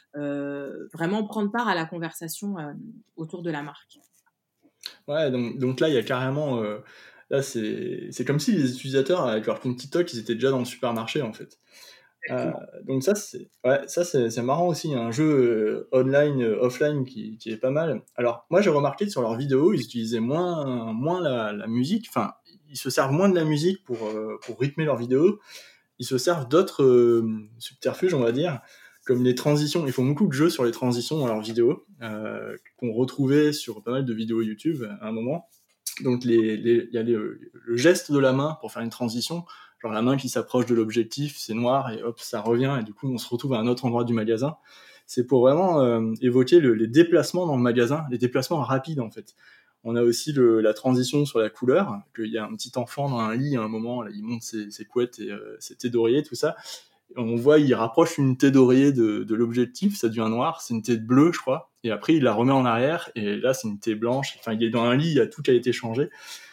vraiment prendre part à la conversation autour de la marque. Ouais, donc là, il y a carrément. Là, c'est comme si les utilisateurs, avec leur compte TikTok, ils étaient déjà dans le supermarché, en fait. Euh, Exactement. donc ça c'est marrant aussi, il y a un jeu online offline qui est pas mal. Alors moi j'ai remarqué que sur leurs vidéos ils utilisaient moins la musique, enfin ils se servent moins de la musique pour rythmer leurs vidéos, ils se servent d'autres subterfuges on va dire, comme les transitions. Ils font beaucoup de jeux sur les transitions dans leurs vidéos qu'on retrouvait sur pas mal de vidéos YouTube à un moment. Donc il y a le geste de la main pour faire une transition, genre la main qui s'approche de l'objectif, c'est noir et hop ça revient et du coup on se retrouve à un autre endroit du magasin. C'est pour vraiment évoquer les déplacements dans le magasin, les déplacements rapides en fait. On a aussi la transition sur la couleur, qu'il y a un petit enfant dans un lit à un moment, là, il monte ses couettes et ses thés d'oreiller, tout ça. On voit, il rapproche une thé d'oreiller de l'objectif, ça devient noir, c'est une thé bleue, je crois. Et après, il la remet en arrière, et là, c'est une thé blanche. Enfin, il est dans un lit, il y a tout qui a été changé.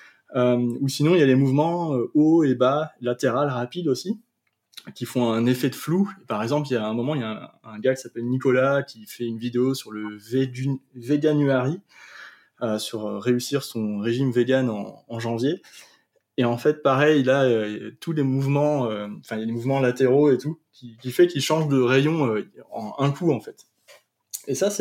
Ou sinon, il y a les mouvements haut et bas, latéral, rapide aussi, qui font un effet de flou. Par exemple, il y a un moment, il y a un gars qui s'appelle Nicolas qui fait une vidéo sur le Veganuary, sur réussir son régime vegan en janvier. Et en fait, pareil, là, tous les mouvements, enfin, il y a les mouvements latéraux et tout, qui fait qu'ils changent de rayon en un coup, en fait. Et ça,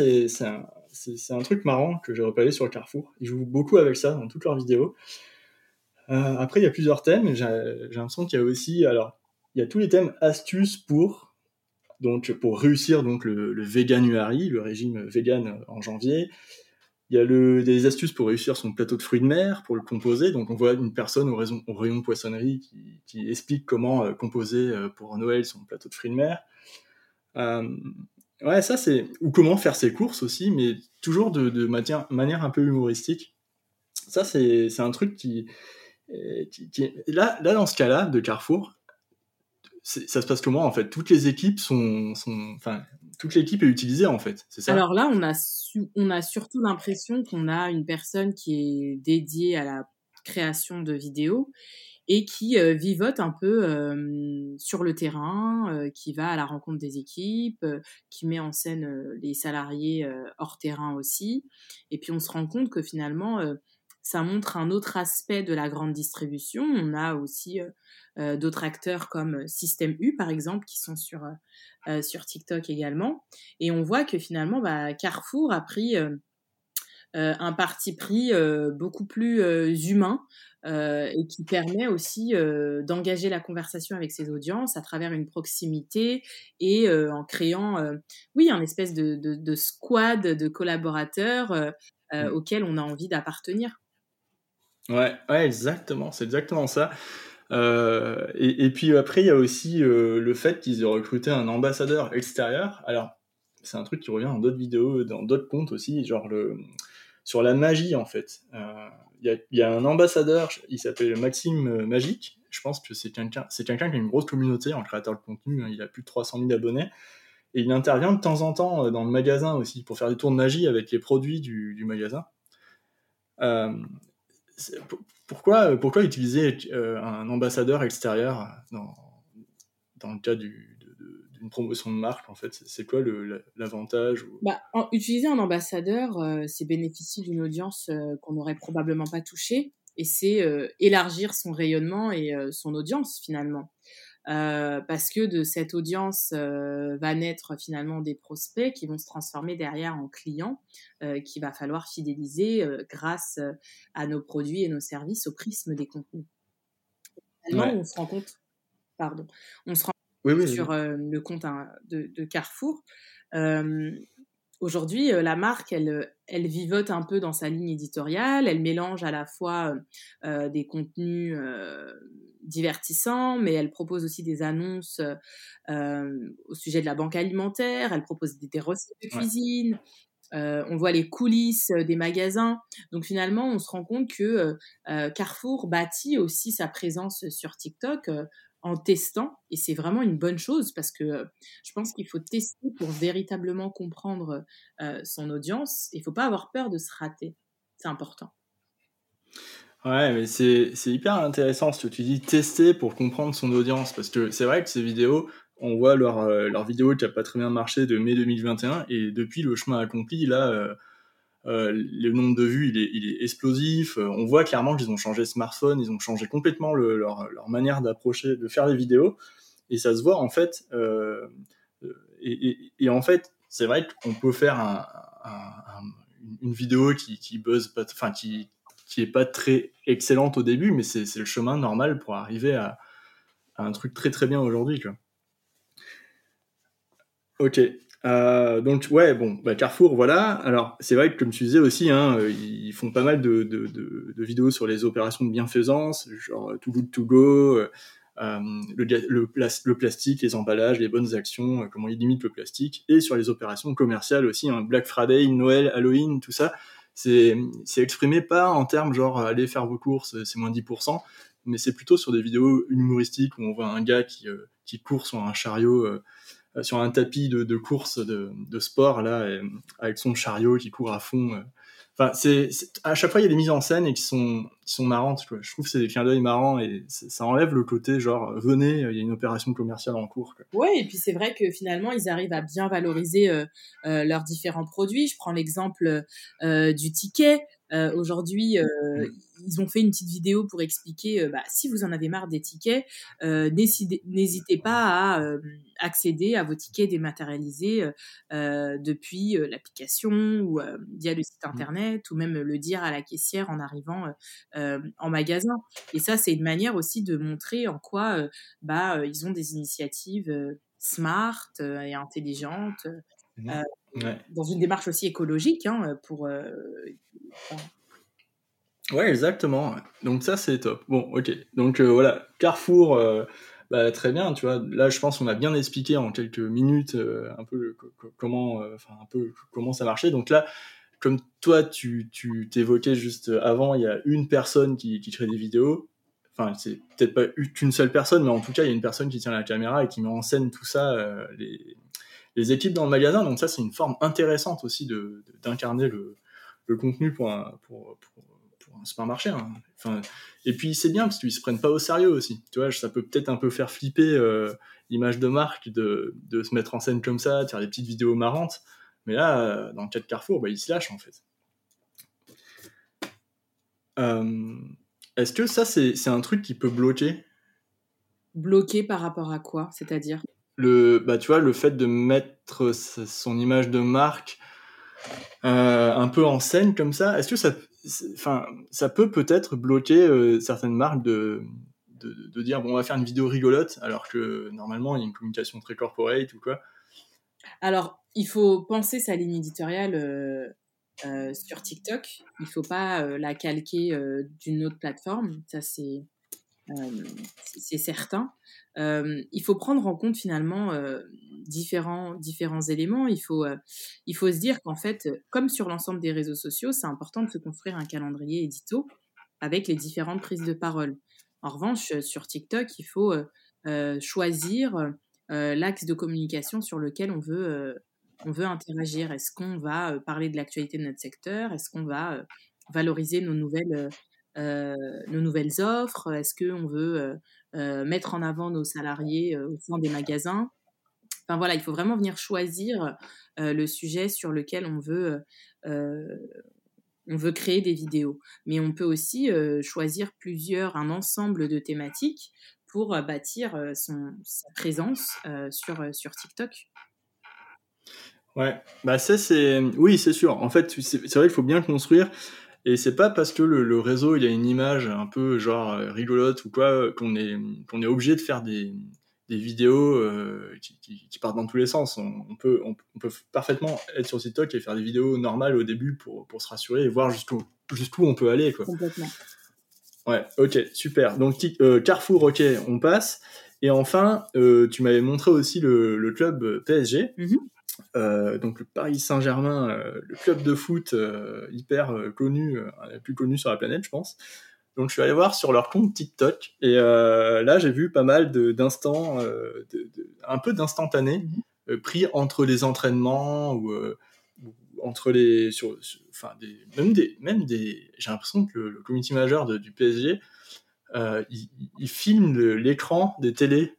c'est un truc marrant que j'ai repéré sur le Carrefour. Ils jouent beaucoup avec ça dans toutes leurs vidéos. Après, il y a plusieurs thèmes. J'ai l'impression qu'il y a aussi, alors, il y a tous les thèmes astuces pour réussir donc le Veganuary, le régime vegan en janvier. Il y a des astuces pour réussir son plateau de fruits de mer, pour le composer. Donc on voit une personne au rayon de poissonnerie qui explique comment composer pour Noël son plateau de fruits de mer. Euh, ouais, ça c'est... Ou comment faire ses courses aussi, mais toujours de manière un peu humoristique. Ça c'est un truc Là, dans ce cas-là, de Carrefour, ça se passe comment en fait? Toutes les équipes Enfin, toute l'équipe est utilisée en fait, c'est ça? Alors là, on a surtout l'impression qu'on a une personne qui est dédiée à la création de vidéos et qui vivote un peu sur le terrain, qui va à la rencontre des équipes, qui met en scène les salariés hors terrain aussi. Et puis on se rend compte que finalement, ça montre un autre aspect de la grande distribution. On a aussi d'autres acteurs comme Système U, par exemple, qui sont sur TikTok également. Et on voit que finalement, bah, Carrefour a pris un parti pris beaucoup plus humain et qui permet aussi d'engager la conversation avec ses audiences à travers une proximité et en créant, oui, un espèce de squad de collaborateurs auxquels on a envie d'appartenir. Ouais, ouais, exactement, c'est exactement ça. Et puis après, il y a aussi le fait qu'ils aient recruté un ambassadeur extérieur. Alors, c'est un truc qui revient dans d'autres vidéos, dans d'autres comptes aussi, genre sur la magie en fait. Il y a un ambassadeur, il s'appelle Maxime Magique. Je pense que c'est quelqu'un qui a une grosse communauté en créateur de contenu. Il a plus de 300 000 abonnés. Et il intervient de temps en temps dans le magasin aussi pour faire des tours de magie avec les produits du magasin. Euh, pourquoi utiliser un ambassadeur extérieur dans le cas d'une promotion de marque en fait? C'est quoi l'avantage Bah, utiliser un ambassadeur, c'est bénéficier d'une audience qu'on n'aurait probablement pas touchée et c'est élargir son rayonnement et son audience finalement. Parce que de cette audience va naître finalement des prospects qui vont se transformer derrière en clients qu'il va falloir fidéliser grâce à nos produits et nos services au prisme des contenus. Finalement, Ouais. on se rend compte, pardon, on se rend Oui, oui, compte vas-y. sur le compte de Carrefour. euh, Aujourd'hui, la marque, elle vivote un peu dans sa ligne éditoriale. Elle mélange à la fois des contenus divertissants, mais elle propose aussi des annonces au sujet de la banque alimentaire. Elle propose des recettes de Ouais. cuisine. On voit les coulisses des magasins. Donc finalement, on se rend compte que Carrefour bâtit aussi sa présence sur TikTok en testant. Et c'est vraiment une bonne chose parce que je pense qu'il faut tester pour véritablement comprendre son audience. Il ne faut pas avoir peur de se rater. C'est important. Ouais, mais c'est hyper intéressant ce que tu dis, tester pour comprendre son audience, parce que c'est vrai que ces vidéos, on voit leur vidéo qui a pas très bien marché de mai 2021, et depuis le chemin accompli, là, le nombre de vues, il est explosif. On voit clairement qu'ils ont changé de smartphone, ils ont changé complètement leur manière d'approcher, de faire les vidéos, et ça se voit en fait. Et en fait, c'est vrai qu'on peut faire une vidéo qui buzz pas, enfin qui est pas très excellente au début, mais c'est le chemin normal pour arriver à un truc très très bien aujourd'hui, quoi. Ok. Donc ouais, bon, bah Carrefour, voilà. Alors c'est vrai que comme tu disais aussi, hein, ils font pas mal de vidéos sur les opérations de bienfaisance, genre Too Good To Go, le plastique, les emballages, les bonnes actions, comment ils limitent le plastique, et sur les opérations commerciales aussi, hein, Black Friday, Noël, Halloween, tout ça. C'est exprimé pas en termes genre allez faire vos courses, c'est moins 10%, mais c'est plutôt sur des vidéos humoristiques où on voit un gars qui court sur un chariot. Sur un tapis de course de sport là, avec son chariot qui court à fond. Enfin, à chaque fois il y a des mises en scène et qui sont marrantes, quoi. Je trouve que c'est des clins d'œil marrants et ça enlève le côté genre venez, il y a une opération commerciale en cours, quoi. Ouais, et puis c'est vrai que finalement, ils arrivent à bien valoriser leurs différents produits. Je prends l'exemple du ticket. Aujourd'hui, Mm. ils ont fait une petite vidéo pour expliquer, bah, si vous en avez marre des tickets, n'hésitez pas à accéder à vos tickets dématérialisés depuis l'application ou via le site Mm. internet ou même le dire à la caissière en arrivant en magasin. Et ça, c'est une manière aussi de montrer en quoi ils ont des initiatives smart et intelligentes Mm. euh, Ouais. dans une démarche aussi écologique pour enfin, Ouais, exactement. Ouais. Donc ça, c'est top. Bon, ok. Donc voilà, Carrefour, bah, très bien, tu vois. Là, je pense qu'on a bien expliqué en quelques minutes un peu comment, enfin un peu comment ça marchait. Donc là, comme toi, tu t'évoquais juste avant, il y a une personne qui crée des vidéos. Enfin, c'est peut-être pas qu'une seule personne, mais en tout cas, il y a une personne qui tient la caméra et qui met en scène tout ça, les équipes dans le magasin. Donc ça, c'est une forme intéressante aussi d'incarner le contenu pour un supermarché, hein. Enfin, et puis c'est bien parce qu'ils se prennent pas au sérieux aussi. Tu vois, ça peut peut-être un peu faire flipper l'image de marque de se mettre en scène comme ça, de faire des petites vidéos marrantes. Mais là, dans le cas de Carrefour, bah, ils se lâchent en fait. Euh, Est-ce que ça, c'est un truc qui peut bloquer bloqué par rapport à quoi, c'est-à-dire bah, tu vois, le fait de mettre son image de marque un peu en scène comme ça, est-ce que ça peut peut-être bloquer certaines marques de dire bon, on va faire une vidéo rigolote, alors que normalement il y a une communication très corporate ou quoi? Alors, il faut penser sa ligne éditoriale sur TikTok. Il ne faut pas la calquer d'une autre plateforme. Ça, c'est certain. Il faut prendre en compte finalement différents éléments. Il faut se dire qu'en fait, comme sur l'ensemble des réseaux sociaux, c'est important de se construire un calendrier édito avec les différentes prises de parole. En revanche, sur TikTok, il faut choisir l'axe de communication sur lequel on veut interagir. Est-ce qu'on va parler de l'actualité de notre secteur? Est-ce qu'on va valoriser nos nouvelles offres? Est-ce qu'on veut mettre en avant nos salariés au sein des magasins? Enfin voilà, il faut vraiment venir choisir le sujet sur lequel euh, on veut créer des vidéos. Mais on peut aussi choisir un ensemble de thématiques pour bâtir sa présence sur TikTok. Ouais, bah ça c'est... Oui, c'est sûr. En fait, c'est vrai qu'il faut bien construire. Et c'est pas parce que le réseau il a une image un peu genre rigolote ou quoi qu'on est obligé de faire des vidéos qui partent dans tous les sens. On peut parfaitement être sur TikTok et faire des vidéos normales au début pour se rassurer et voir jusqu'où on peut aller, quoi. Complètement. Ouais, ok, super. Donc Carrefour, ok, on passe. Et enfin, tu m'avais montré aussi le club PSG. Donc le Paris Saint-Germain, le club de foot hyper connu, le plus connu sur la planète, je pense. Donc je suis allé voir sur leur compte TikTok et là j'ai vu pas mal d'instants, un peu d'instantanés pris entre les entraînements ou entre les, enfin même des, j'ai l'impression que le community manager du PSG, il filme l'écran des télés,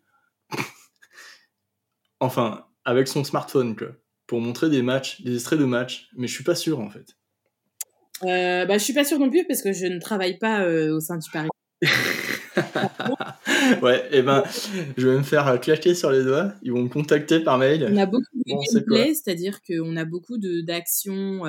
enfin avec son smartphone, quoi, pour montrer des matchs, des extraits de matchs, mais je suis pas sûr en fait. Je suis pas sûre non plus parce que je ne travaille pas au sein du Paris. Ouais, et ben, je vais me faire claquer sur les doigts. Ils vont me contacter par mail. On a beaucoup de Bon, c'est gameplay, quoi? c'est-à-dire qu'on a beaucoup d'actions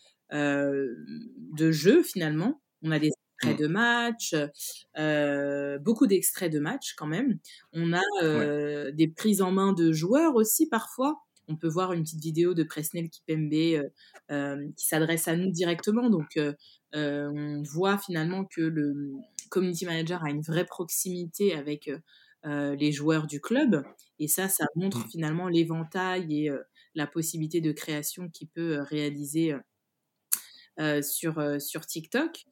de jeux finalement. On a des extraits Mm. de match, beaucoup d'extraits de match quand même. On a Ouais. des prises en main de joueurs aussi parfois. On peut voir une petite vidéo de Presnel Kipembe qui s'adresse à nous directement. Donc, on voit finalement que le community manager a une vraie proximité avec les joueurs du club. Et ça montre Mm. finalement l'éventail et la possibilité de création qu'il peut réaliser sur TikTok.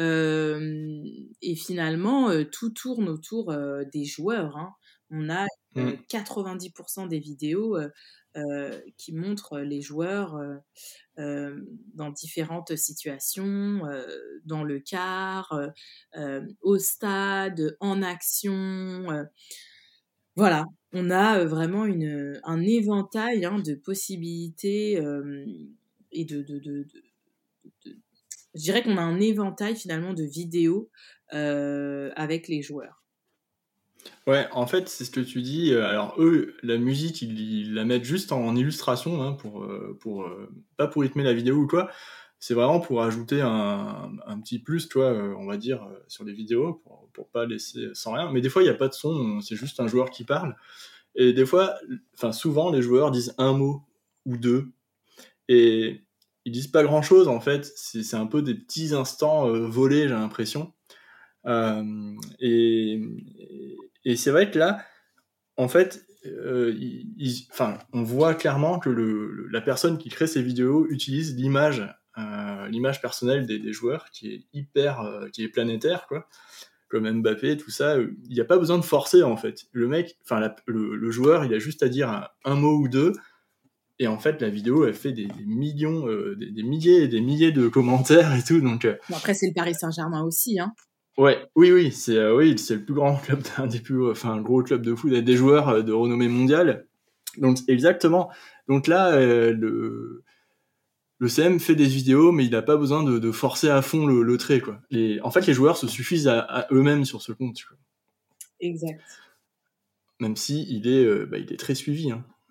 Et finalement, tout tourne autour des joueurs. Hein. On a Mm. 90% des vidéos qui montrent les joueurs dans différentes situations, dans le car, au stade, en action. Voilà, on a vraiment un éventail hein, de possibilités et de- je dirais qu'on a un éventail finalement de vidéos avec les joueurs. Ouais, en fait, c'est ce que tu dis. Alors, eux, la musique, ils la mettent juste en illustration, hein, pas pour rythmer la vidéo ou quoi. C'est vraiment pour ajouter un petit plus, toi, on va dire, sur les vidéos, pour pas laisser sans rien. Mais des fois, il n'y a pas de son, c'est juste un joueur qui parle. Et des fois, enfin, souvent, les joueurs disent un mot ou deux. Et ils disent pas grand chose en fait, c'est un peu des petits instants volés, j'ai l'impression. Euh, et, et c'est vrai que là, en fait, enfin, on voit clairement que la personne qui crée ces vidéos utilise l'image personnelle des joueurs qui est qui est planétaire, quoi, comme Mbappé, tout ça. Il n'y a pas besoin de forcer en fait. Le mec, enfin, le joueur, il a juste à dire un mot ou deux. Et en fait, la vidéo, elle fait des millions, des milliers et des milliers de commentaires et tout. Donc, Bon, après, c'est le Paris Saint-Germain aussi. Hein. ouais, oui, c'est le plus grand club, un des plus, enfin, un gros club de foot, avec des joueurs de renommée mondiale. Donc, exactement. Donc là, le CM fait des vidéos, mais il n'a pas besoin de forcer à fond le trait, quoi. En fait, les joueurs se suffisent à eux-mêmes sur ce compte, quoi. Exact. Même si il est très suivi, hein.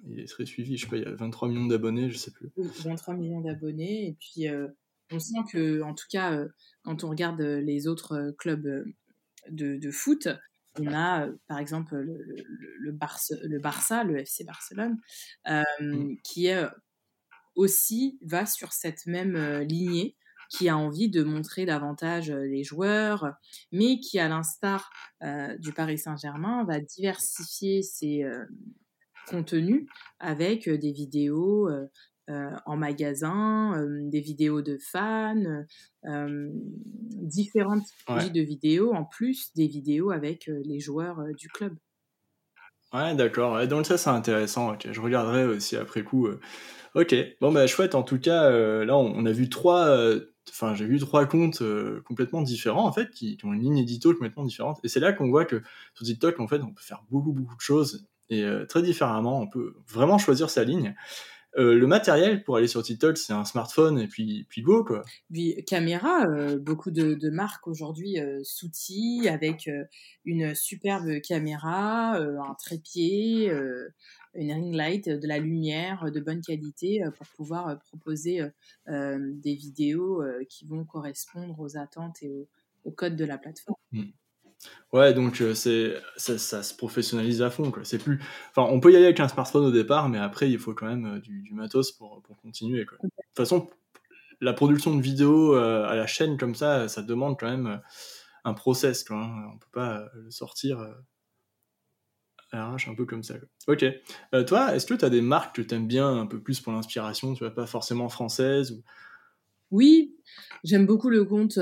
il est très suivi. Je sais pas, il y a 23 millions d'abonnés, je sais plus. Oui, 23 millions d'abonnés. Et puis, on sent que, en tout cas, quand on regarde les autres clubs de foot, on a, par exemple, le Barça, le FC Barcelone, qui est aussi va sur cette même lignée, qui a envie de montrer davantage les joueurs, mais qui, à l'instar du Paris Saint-Germain, va diversifier ses contenus avec des vidéos en magasin, des vidéos de fans, différentes Ouais. typologies de vidéos, en plus des vidéos avec les joueurs du club. Ouais, d'accord. Ouais, donc ça, c'est intéressant. Ok, je regarderai aussi après coup. Ok, bon bah chouette. En tout cas, là, on a vu enfin, j'ai vu 3 comptes complètement différents en fait, qui ont une ligne édito complètement différente. Et c'est là qu'on voit que sur TikTok, en fait, on peut faire beaucoup de choses et très différemment. On peut vraiment choisir sa ligne. Le matériel pour aller sur TikTok, c'est un smartphone et puis go quoi. Puis caméra, beaucoup de marques aujourd'hui s'outillent avec une superbe caméra, un trépied, une ring light, de la lumière de bonne qualité pour pouvoir proposer des vidéos qui vont correspondre aux attentes et aux codes de la plateforme. Mm. Ouais, donc ça se professionnalise à fond quoi. C'est plus, enfin, on peut y aller avec un smartphone au départ, mais après il faut quand même du matos pour continuer quoi. De toute façon, la production de vidéos à la chaîne comme ça demande quand même un process quoi. Hein. On peut pas le sortir à l'arrache un peu comme ça. Quoi. Ok. Toi, est-ce que tu as des marques que tu aimes bien un peu plus pour l'inspiration, tu vois, pas forcément françaises ou... Oui, j'aime beaucoup le compte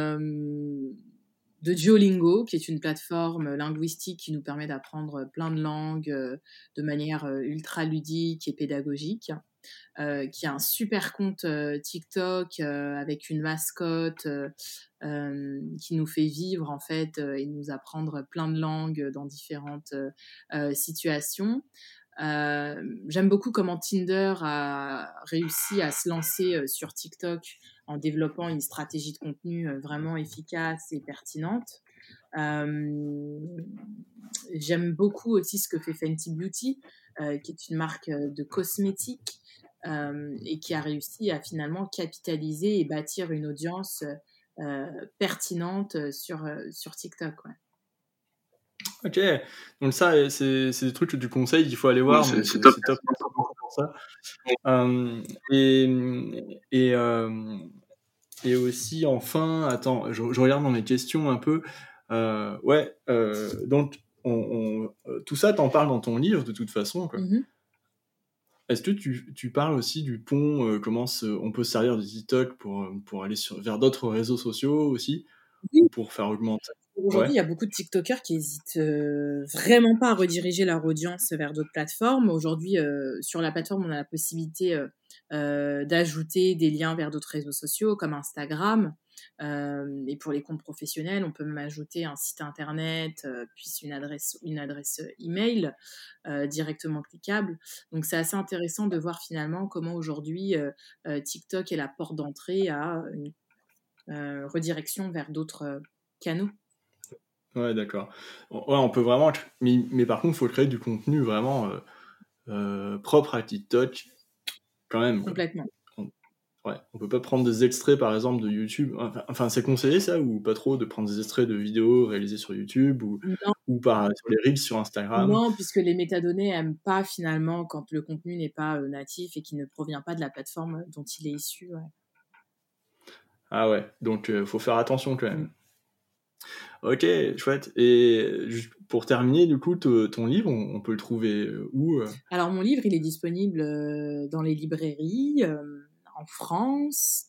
de Duolingo, qui est une plateforme linguistique qui nous permet d'apprendre plein de langues de manière ultra ludique et pédagogique, qui a un super compte TikTok avec une mascotte qui nous fait vivre en fait et nous apprendre plein de langues dans différentes situations. J'aime beaucoup comment Tinder a réussi à se lancer sur TikTok en développant une stratégie de contenu vraiment efficace et pertinente. Euh, J'aime beaucoup aussi ce que fait Fenty Beauty, qui est une marque de cosmétiques et qui a réussi à finalement capitaliser et bâtir une audience pertinente sur TikTok. Ouais. Ok, donc ça, c'est des trucs que tu conseilles, qu'il faut aller Ouais, voir, donc c'est top. c'est top pour ça. Euh, et, et, euh, et aussi, enfin, attends, je regarde dans mes questions un peu. Ouais, donc tout ça, t'en parles dans ton livre de toute façon, quoi. Mm-hmm. Est-ce que tu parles aussi du pont, on peut se servir de TikTok pour aller vers d'autres réseaux sociaux aussi, Oui. pour faire augmenter? Aujourd'hui, Ouais. il y a beaucoup de TikTokers qui hésitent vraiment pas à rediriger leur audience vers d'autres plateformes. Aujourd'hui, sur la plateforme, on a la possibilité d'ajouter des liens vers d'autres réseaux sociaux comme Instagram. Et pour les comptes professionnels, on peut même ajouter un site internet, puis une adresse email directement cliquable. Donc, c'est assez intéressant de voir finalement comment aujourd'hui TikTok est la porte d'entrée à une redirection vers d'autres canaux. Ouais, d'accord. Ouais, on peut vraiment... Mais par contre, il faut créer du contenu vraiment propre à TikTok, quand même, quoi. Complètement. Ouais, on peut pas prendre des extraits, par exemple, de YouTube. Enfin, c'est conseillé, ça, ou pas trop, de prendre des extraits de vidéos réalisées sur YouTube, Non, ou sur les Reels sur Instagram. non, puisque les métadonnées n'aiment pas finalement quand le contenu n'est pas natif et qui ne provient pas de la plateforme dont il est issu. Ouais. Ah ouais, donc faut faire attention, quand Mm. même. Ok, chouette. Et juste pour terminer, du coup, ton livre, on peut le trouver où Alors mon livre, il est disponible dans les librairies, en France,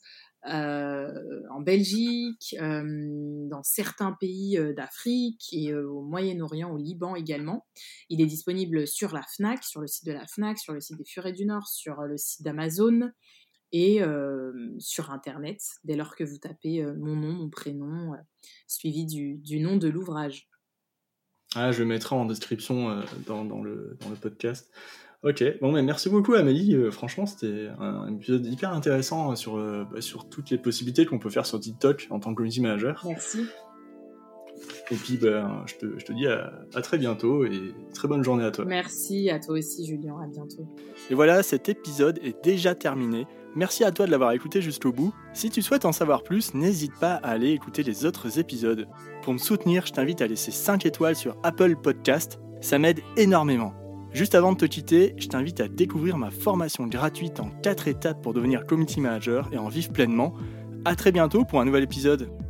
en Belgique, dans certains pays d'Afrique et au Moyen-Orient, au Liban également. Il est disponible sur la FNAC, sur le site de la FNAC, sur le site des Furets du Nord, sur le site d'Amazon et sur Internet, dès lors que vous tapez mon nom, mon prénom, suivi du nom de l'ouvrage. Ah, je le mettrai en description dans le podcast. Ok, bon, mais merci beaucoup Amélie. Franchement, c'était un épisode hyper intéressant sur toutes les possibilités qu'on peut faire sur TikTok en tant que community manager. Merci. Et puis, je te dis à très bientôt et très bonne journée à toi. Merci à toi aussi, Julien. À bientôt. Et voilà, cet épisode est déjà terminé. Merci à toi de l'avoir écouté jusqu'au bout. Si tu souhaites en savoir plus, n'hésite pas à aller écouter les autres épisodes. Pour me soutenir, je t'invite à laisser 5 étoiles sur Apple Podcast. Ça m'aide énormément. Juste avant de te quitter, je t'invite à découvrir ma formation gratuite en 4 étapes pour devenir community manager et en vivre pleinement. À très bientôt pour un nouvel épisode.